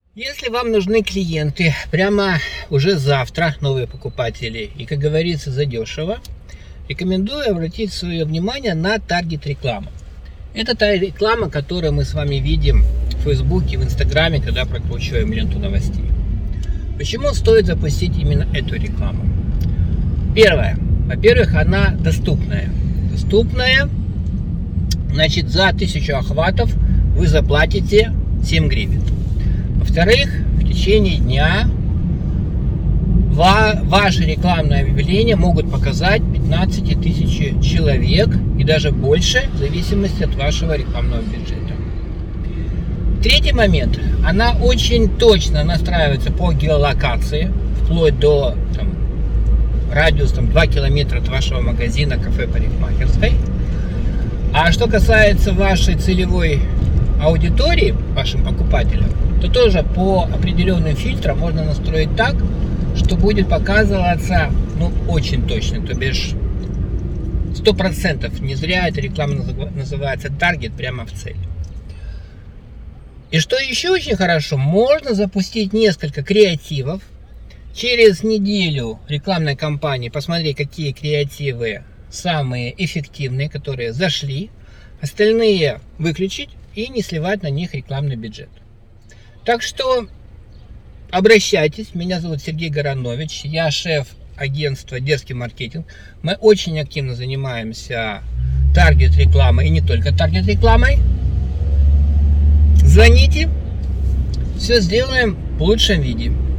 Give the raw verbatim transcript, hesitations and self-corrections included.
Если вам нужны клиенты прямо уже завтра, новые покупатели, и, как говорится, задешево, рекомендую обратить свое внимание на таргет-рекламу. Это та реклама, которую мы с вами видим в Фейсбуке, в Инстаграме, когда прокручиваем ленту новостей. Почему стоит запустить именно эту рекламу? Первое. Во-первых, она доступная. Доступная, значит, за тысячу охватов вы заплатите семь гривен. Во-вторых, в течение дня ваши рекламные объявления могут показать пятнадцать тысяч человек и даже больше, в зависимости от вашего рекламного бюджета. Третий момент. Она очень точно настраивается по геолокации, вплоть до там, радиус там, два километра от вашего магазина, кафе, парикмахерской. А что касается вашей целевой аудитории, вашим покупателям, то тоже по определенным фильтрам можно настроить так, что будет показываться ну, очень точно, то бишь сто процентов. Не зря эта реклама называется таргет прямо в цель. И что еще очень хорошо, можно запустить несколько креативов. Через неделю рекламной кампании посмотреть, какие креативы самые эффективные, которые зашли. Остальные выключить и не сливать на них рекламный бюджет. Так что обращайтесь. Меня зовут Сергей Горанович. Я шеф агентства Дерзкий маркетинг. Мы очень активно занимаемся таргет-рекламой и не только таргет-рекламой. Звоните. Все сделаем в лучшем виде.